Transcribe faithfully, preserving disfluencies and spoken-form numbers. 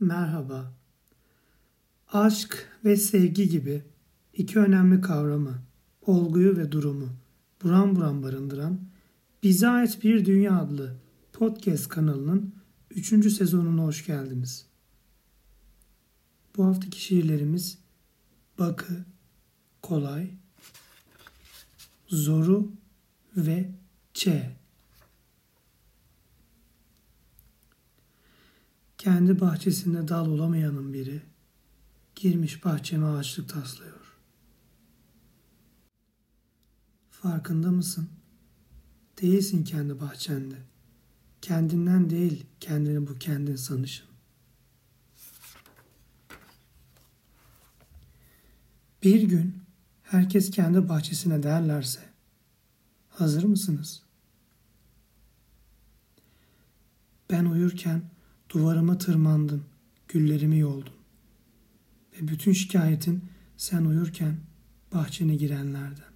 Merhaba. Aşk ve sevgi gibi iki önemli kavramı, olguyu ve durumu buram buram barındıran Bize Ait Bir Dünya adlı podcast kanalının üçüncü sezonuna hoş geldiniz. Bu haftaki şiirlerimiz Bakı, Kolay, Zoru ve Ç. Kendi bahçesinde dal olamayanın biri girmiş bahçeme ağaçlık taslıyor. Farkında mısın? Değilsin kendi bahçende. Kendinden değil kendini bu kendin sanışın. Bir gün herkes kendi bahçesine derlerse hazır mısınız? Ben uyurken duvarıma tırmandın, güllerimi yoldun. Ve bütün şikayetin sen uyurken bahçene girenlerden.